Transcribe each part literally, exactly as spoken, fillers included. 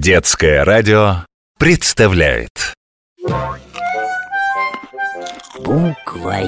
Детское радио представляет Буквоед.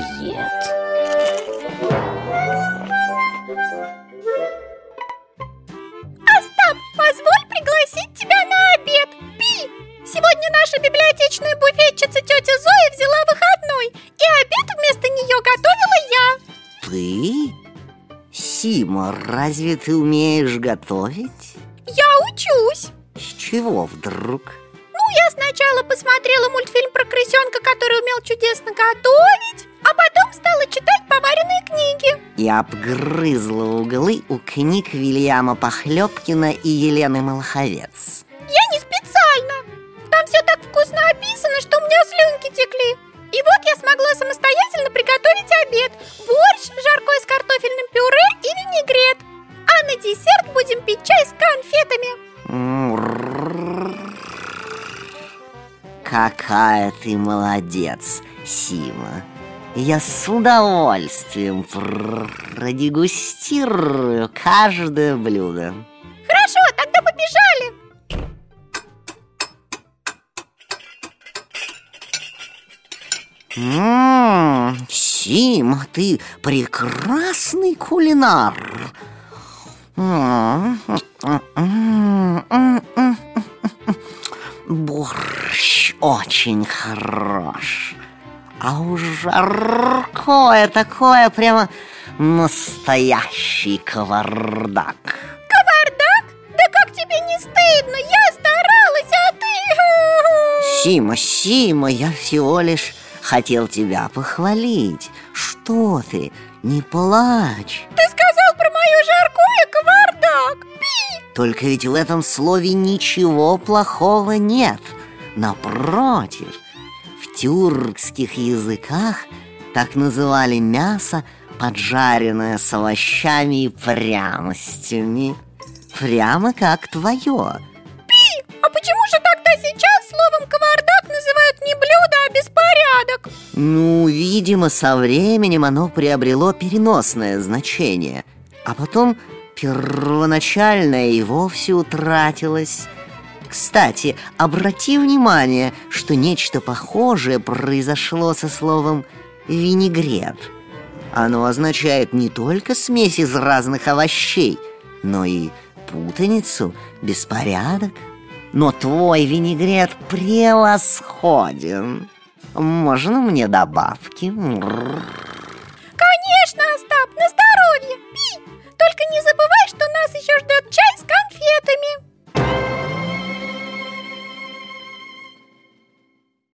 Остап, позволь пригласить тебя на обед. Пи! Сегодня наша библиотечная буфетчица тетя Зоя взяла выходной, и обед вместо нее готовила я. Ты? Сима, разве ты умеешь готовить? Я учусь. С чего вдруг? Ну, я сначала посмотрела мультфильм про крысенка, который умел чудесно готовить, а потом стала читать поваренные книги. И обгрызла углы у книг Вильяма Похлебкина и Елены Малаховец. Я не специально. Там все так вкусно описано, что у меня слюнки текли. И вот я смогла самостоятельно приготовить обед. Борщ, жаркое с картофельным пюре и винегрет. А на десерт будем пить чай с конфетами. Какая ты молодец, Сима. Я с удовольствием продегустирую каждое блюдо. Хорошо, тогда побежали. М-м, Сима, ты прекрасный кулинар. Борщ очень хорош. А уж жаркое такое, прямо настоящий кавардак. Кавардак? Да как тебе не стыдно? Я старалась, а ты... Сима, Сима, я всего лишь хотел тебя похвалить. Что ты, не плачь. Ты сказал про мое жаркое кавардак. Пи! Только ведь в этом слове ничего плохого нет. Напротив, в тюркских языках так называли мясо, поджаренное с овощами и пряностями. Прямо как твое. Пи! А почему же тогда сейчас словом кавардак называют не блюдо, а беспорядок? Ну, видимо, со временем оно приобрело переносное значение, а потом первоначальное и вовсе утратилось. Кстати, обрати внимание, что нечто похожее произошло со словом «винегрет». Оно означает не только смесь из разных овощей, но и путаницу, беспорядок. Но твой винегрет превосходен. Можно мне добавки? Конечно, Остап, на здоровье. Пи! Только не забывай, что нас еще ждет чай